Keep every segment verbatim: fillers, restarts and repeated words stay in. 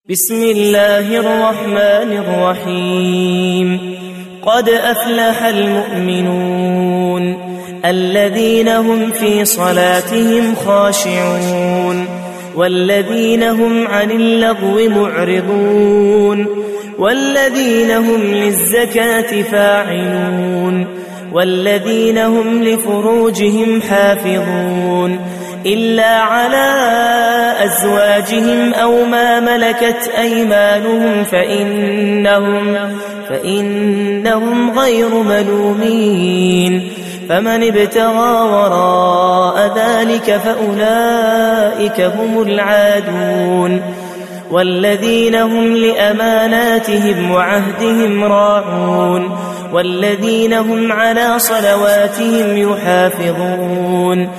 بسم الله الرحمن الرحيم قد أفلح المؤمنون الذين هم في صلاتهم خاشعون والذين هم عن اللغو معرضون والذين هم للزكاة فاعلون والذين هم لفروجهم حافظون إلا على أزواجهم أو ما ملكت أيمانهم فإنهم, فإنهم غير ملومين فمن ابتغى وراء ذلك فأولئك هم العادون والذين هم لأماناتهم وعهدهم راعون والذين هم على صلواتهم يحافظون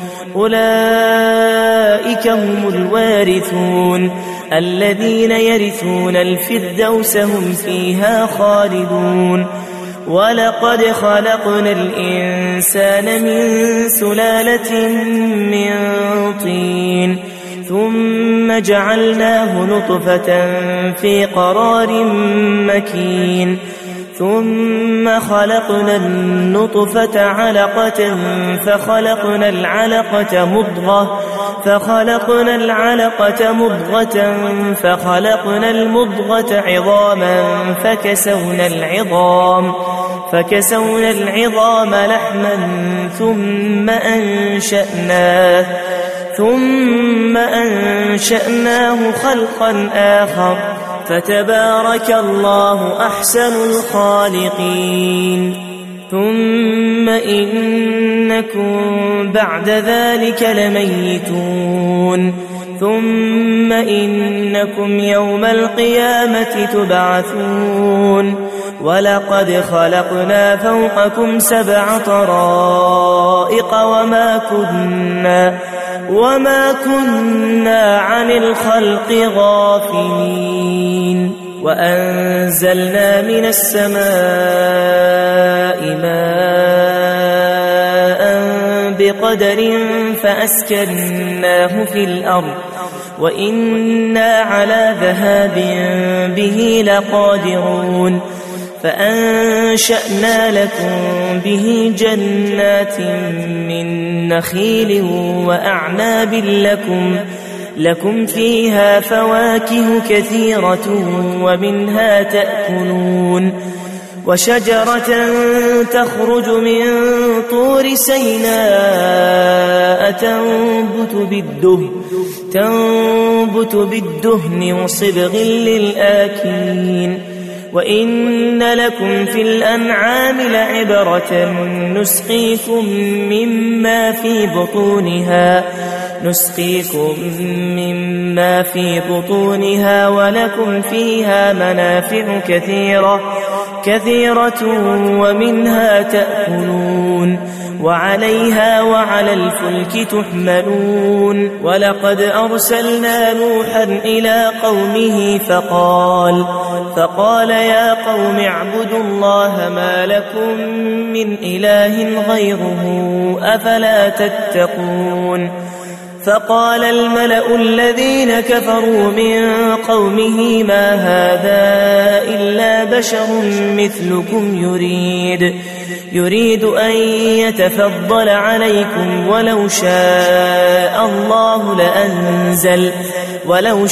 أولئك هم الوارثون الذين يرثون الفردوس هم فيها خالدون ولقد خلقنا الإنسان من سلالة من طين ثم جعلناه نطفة في قرار مكين ثم خلقنا النطفة علقة فخلقنا العلقة مضغة فخلقنا العلقة مضغة فخلقنا المضغة عظاما فكسونا العظام فكسونا العظام لحما ثم أنشأناه ثم أنشأناه خلقا آخر فتبارك الله أحسن الخالقين ثم إنكم بعد ذلك لميتون ثم إنكم يوم القيامة تبعثون ولقد خلقنا فوقكم سبع طرائق وما كنا وما كنا عن الخلق غافلين وأنزلنا من السماء ماء بقدر فأسكناه في الأرض وإنا على ذهاب به لقادرون فأنشأنا لكم به جنات من نخيل وأعناب لكم لكم فيها فواكه كثيرة ومنها تأكلون وشجرة تخرج من طور سيناء تنبت بالدهن تنبت بالدهن وصبغ للآكلين وإن لكم في الأنعام لعبرة نسقيكم مما في بطونها نسقيكم مما في بطونها ولكم فيها منافع كثيرة كثيرة ومنها تأكلون وعليها وعلى الفلك تحملون ولقد أرسلنا نوحا إلى قومه فقال فقال يا قوم اعبدوا الله ما لكم من إله غيره أفلا تتقون فقال الملأ الذين كفروا من قومه ما هذا إلا بشر مثلكم يريد يريد أن يتفضل عليكم ولو شاء الله لأنزل ولو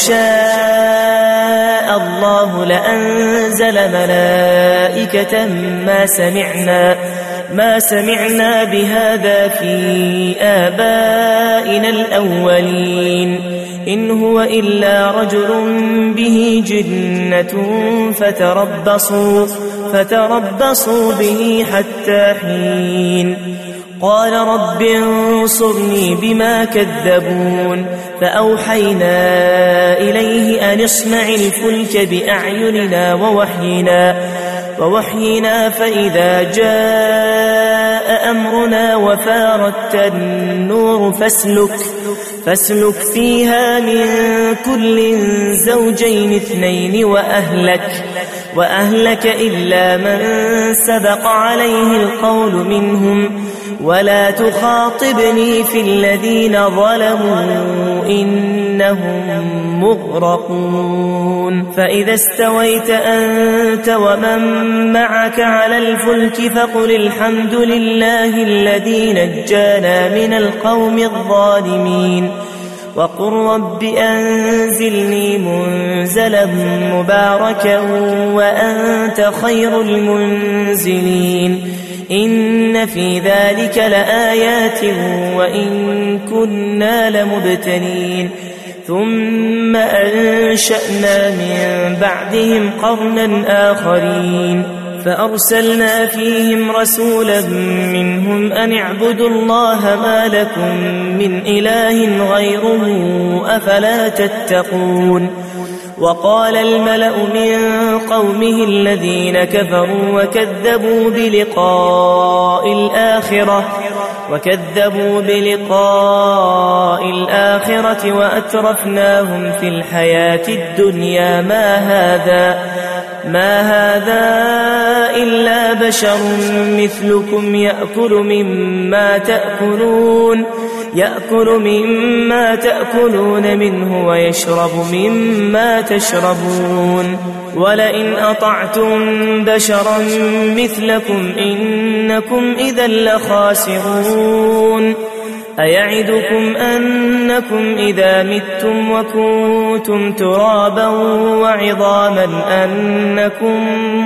شاء الله لأنزل ملائكة ما سمعنا ما سمعنا بهذا في آبائنا الأولين إن هو إلا رجل به جنة فتربصوا فتربصوا به حتى حين قال رب انصرني بما كذبون فأوحينا إليه أن اصنع الفلك بأعيننا ووحينا ووحينا فإذا جاء أمرنا وفارت النور فاسلك فاسلك فيها من كل زوجين اثنين وأهلك وأهلك إلا من سبق عليه القول منهم ولا تخاطبني في الذين ظلموا إنهم مغرقون فإذا استويت أنت ومن معك على الفلك فقل الحمد لله الذي نجانا من القوم الظالمين وقل رب أنزلني منزلا مباركا وأنت خير المنزلين إن في ذلك لآيات وإن كنا لمبتلين ثم أنشأنا من بعدهم قرنا آخرين فأرسلنا فيهم رسولا منهم أن اعبدوا الله ما لكم من إله غيره أفلا تتقون وقال الملأ من قومه الذين كفروا وكذبوا بلقاء الآخرة وكذبوا بلقاء الآخرة وأترفناهم في الحياة الدنيا ما هذا ما هذا إلا بشر مثلكم يأكل مما تأكلون يأكل مما تأكلون منه ويشرب مما تشربون ولئن أطعتم بشرا مثلكم إنكم إذا لخاسرون أيعدكم أنكم إذا متم وكنتم ترابا وعظاما أنكم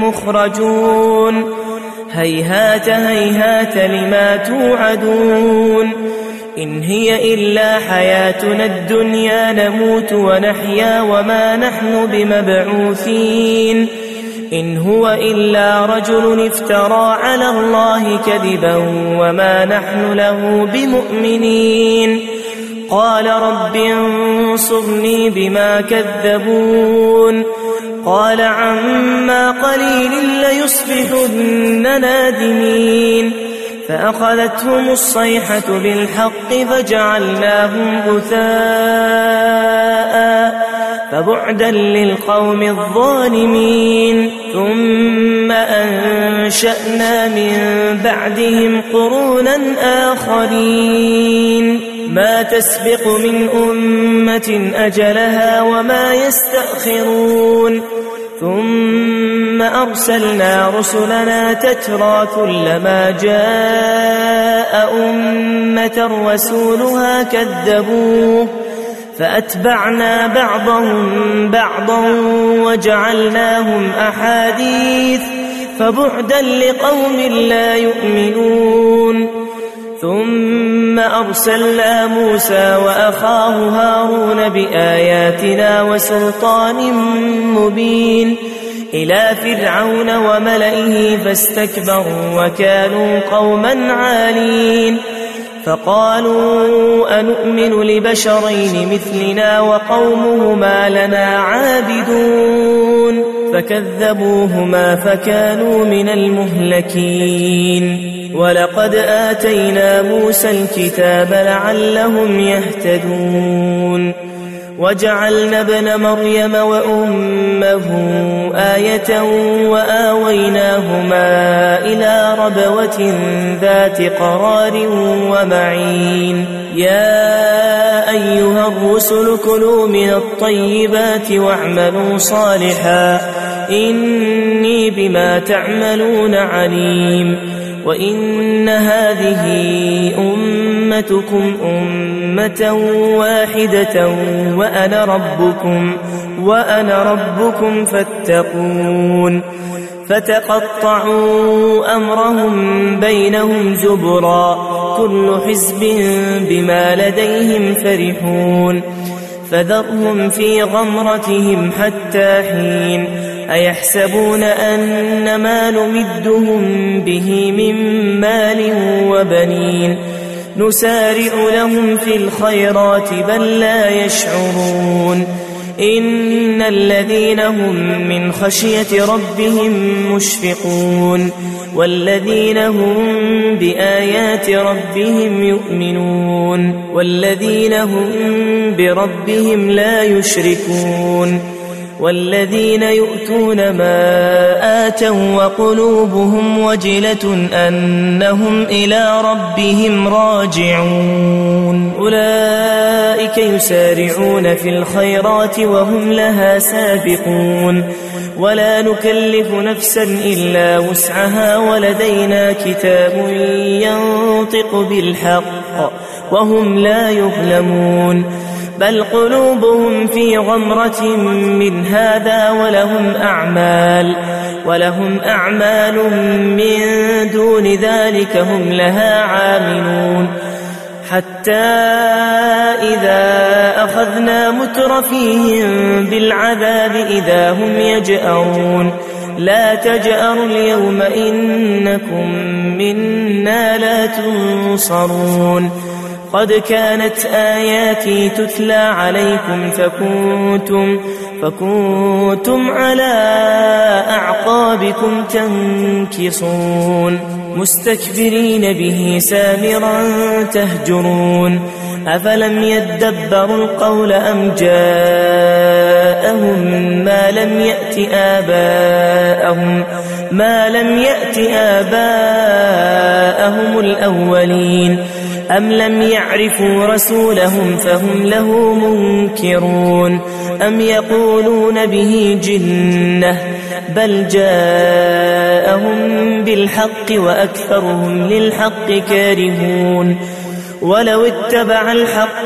مخرجون هيهات هيهات لما توعدون إن هي إلا حياتنا الدنيا نموت ونحيا وما نحن بمبعوثين إن هو إلا رجل افترى على الله كذبا وما نحن له بمؤمنين قال رب انصرني بما كذبون قال عما قليل ليصبحن نادمين فأخذتهم الصيحة بالحق فجعلناهم غثاء فبعدا للقوم الظالمين ثم أنشأنا من بعدهم قرونا آخرين ما تسبق من أمة أجلها وما يستأخرون ثم أرسلنا رسلنا تترى كلما جاء أمة رسولها كذبوه فأتبعنا بعضهم بعضا وجعلناهم أحاديث فبعدا لقوم لا يؤمنون ثم أرسلنا موسى وأخاه هارون بآياتنا وسلطان مبين إلى فرعون وملئه فاستكبروا وكانوا قوما عالين فقالوا أنؤمن لبشرين مثلنا وقومهما لنا عابدون فكذبوهما فكانوا من المهلكين ولقد آتينا موسى الكتاب لعلهم يهتدون وجعلنا ابن مريم وأمه آية وآويناهما إلى ربوة ذات قرار ومعين يا أيها الرسل كلوا من الطيبات واعملوا صالحا إني بما تعملون عليم وإن هذه أمتكم أمة واحدة وأنا ربكم وأنا ربكم فاتقون فتقطعوا أمرهم بينهم زبرا كل حزب بما لديهم فرحون فذرهم في غمرتهم حتى حين أيحسبون أن ما نمدهم به من مال وبنين نسارع لهم في الخيرات بل لا يشعرون إن الذين هم من خشية ربهم مشفقون والذين هم بآيات ربهم يؤمنون والذين هم بربهم لا يشركون والذين يؤتون ما آتوا وقلوبهم وجلة أنهم إلى ربهم راجعون أولئك يسارعون في الخيرات وهم لها سابقون ولا نكلف نفسا إلا وسعها ولدينا كتاب ينطق بالحق وهم لا يظلمون بل قلوبهم في غمرة من هذا ولهم أعمال ولهم أعمال من دون ذلك هم لها عاملون حتى إذا أخذنا مترفيهم بالعذاب إذا هم يجأرون لا تجأروا اليوم إنكم منا لا تنصرون قد كانت آياتي تتلى عليكم فكنتم, فكنتم على أعقابكم تنكصون مستكبرين به سامرا تهجرون أفلم يدبروا القول أم جاءهم ما لم يأت آباءهم ما لم يأت آباءهم الأولين أم لم يعرفوا رسولهم فهم له منكرون أم يقولون به جنة بل جاءهم بالحق وأكثرهم للحق كارهون ولو اتبع الحق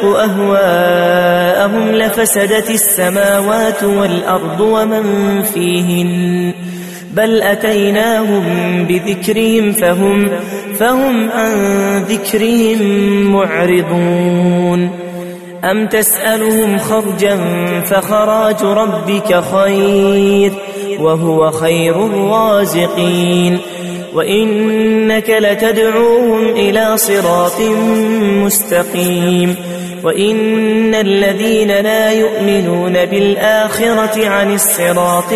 أهواءهم لفسدت السماوات والأرض ومن فيهن بل أتيناهم بذكرهم فهم, فهم عن ذكرهم معرضون أم تسألهم خرجا فخراج ربك خير وهو خير الرازقين وإنك لتدعوهم إلى صراط مستقيم وإن الذين لا يؤمنون بالآخرة عن الصراط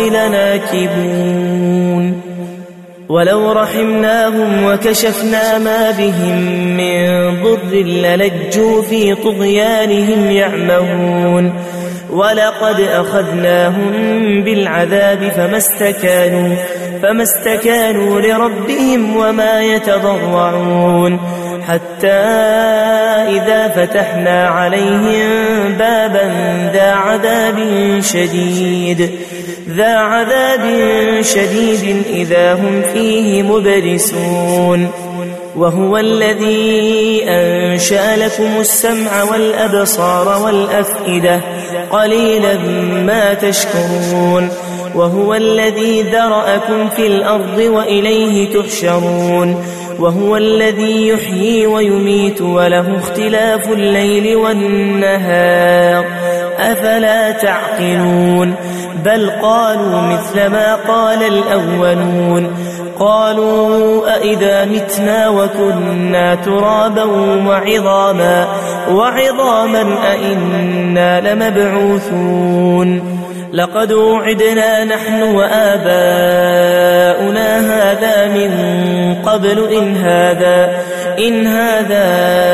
لناكبون ولو رحمناهم وكشفنا ما بهم من ضر للجوا في طغيانهم يعمهون ولقد أخذناهم بالعذاب فما استكانوا, فما استكانوا لربهم وما يتضرعون حتى إذا فتحنا عليهم بابا ذا عذاب شديد ذا عذاب شديد إذا هم فيه مبلسون وهو الذي أنشأ لكم السمع والأبصار والأفئدة قليلا ما تشكرون وهو الذي ذرأكم في الأرض وإليه تحشرون وهو الذي يحيي ويميت وله اختلاف الليل والنهار أفلا تعقلون بل قالوا مثل ما قال الأولون قالوا أئذا متنا وكنا ترابا وعظاما وعظاما أئنا لمبعوثون لقد وعدنا نحن وآباؤنا هذا من قبل إن هذا, إن هذا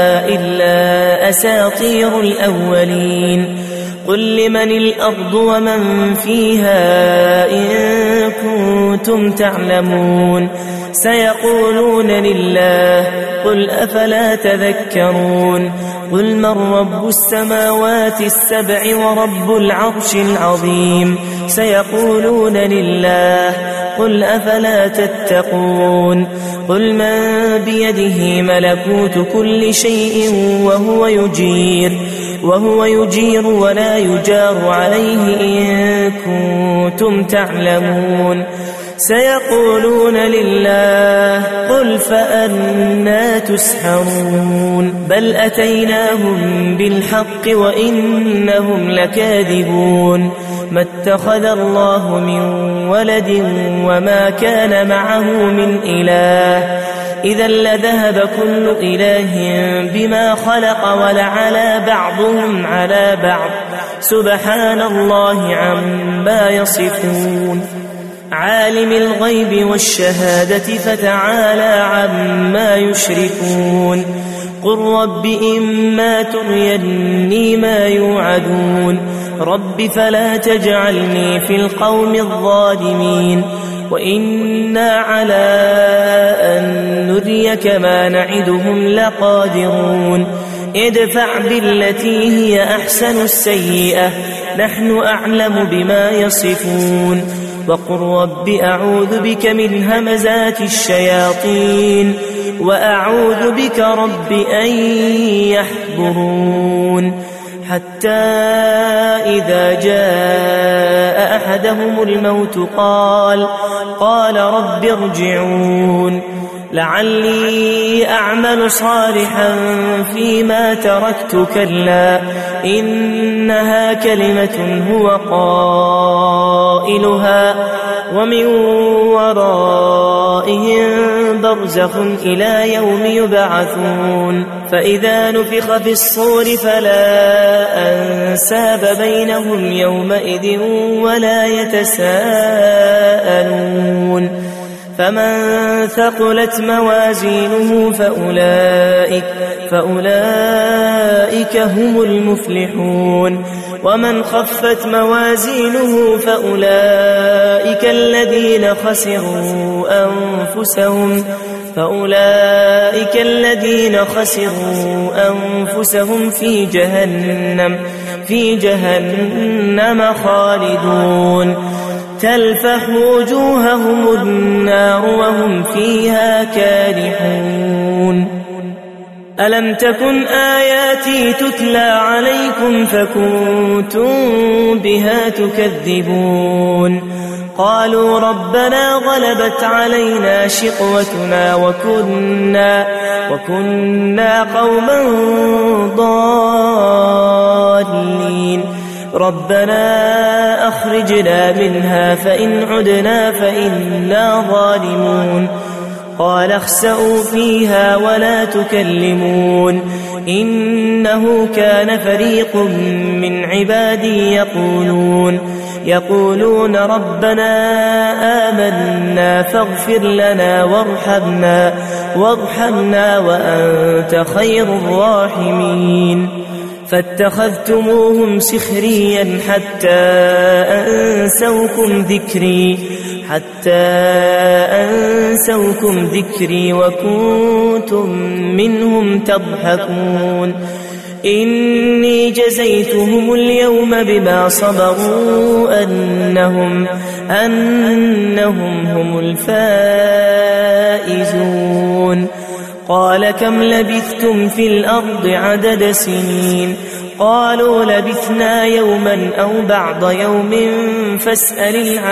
إلا أساطير الأولين قل لمن الأرض ومن فيها إن كنتم تعلمون سيقولون لله قل أفلا تذكرون قل من رب السماوات السبع ورب العرش العظيم سيقولون لله قل أفلا تتقون قل من بيده ملكوت كل شيء وهو يجير وهو يجير ولا يجار عليه إن كنتم تعلمون سيقولون لله قل فأنى تسحرون بل أتيناهم بالحق وإنهم لكاذبون ما اتخذ الله من ولد وما كان معه من إله إذا لذهب كل إله بما خلق ولعلى بعضهم على بعض سبحان الله عما يصفون عالم الغيب والشهادة فتعالى عما يشركون قل رب إما تريني ما يوعدون رب فلا تجعلني في القوم الظالمين وإنا على أن نريك ما نعدهم لقادرون ادفع بالتي هي أحسن السيئة نحن أعلم بما يصفون وقل رب أعوذ بك من همزات الشياطين وأعوذ بك رب أن يحضرون حتى إذا جاء أحدهم الموت قال قال رب ارجعون لعلي أعمل صالحا فيما تركت كلا إنها كلمة هو قائلها ومن ورائهم برزخ إلى يوم يبعثون فإذا نفخ في الصور فلا أنساب بينهم يومئذ ولا يتساءلون فمن ثقلت موازينه فأولئك, فأولئك هم المفلحون ومن خفت موازينه فأولئك الذين خسروا أنفسهم فأولئك الذين خسروا أنفسهم في جهنم في جهنم خالدون تلفح وجوههم النار وهم فيها كارحون ألم تكن آياتي تتلى عليكم فكنتم بها تكذبون قالوا ربنا غلبت علينا شقوتنا وكنا, وكنا قوما ضالين ربنا أخرجنا منها فإن عدنا فإنا ظالمون قال اخسئوا فيها ولا تكلمون إنه كان فريق من عبادي يقولون يقولون ربنا آمنا فاغفر لنا وارحمنا وارحمنا وأنت خير الراحمين فاتخذتموهم سخريا حتى أنسوكم ذكري حتى أنسوكم ذكري وكنتم منهم تضحكون إني جزيتهم اليوم بما صبروا أنهم, أنهم هم الفائزون قال كم لبثتم في الأرض عدد سنين قالوا لبثنا يوما أو بعض يوم فاسأل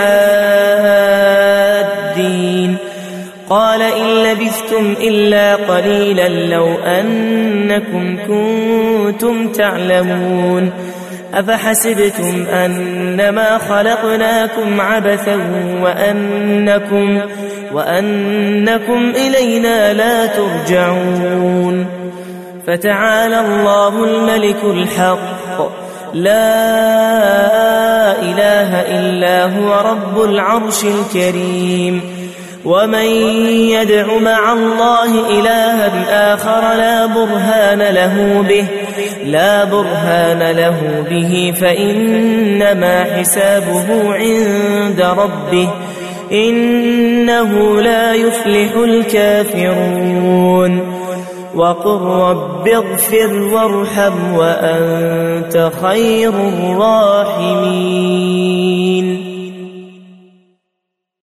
العادين قال إن لبثتم إلا قليلا لو أنكم كنتم تعلمون أفحسبتم أنما خلقناكم عبثا وأنكم, وأنكم إلينا لا ترجعون فتعالى الله الملك الحق لا إله إلا هو رب العرش الكريم ومن يدع مع الله إلها آخر لا برهان له به لا برهان له به فإنما حسابه عند ربه إنه لا يفلح الكافرون وقل رب اغفر وارحم وأنت خير الراحمين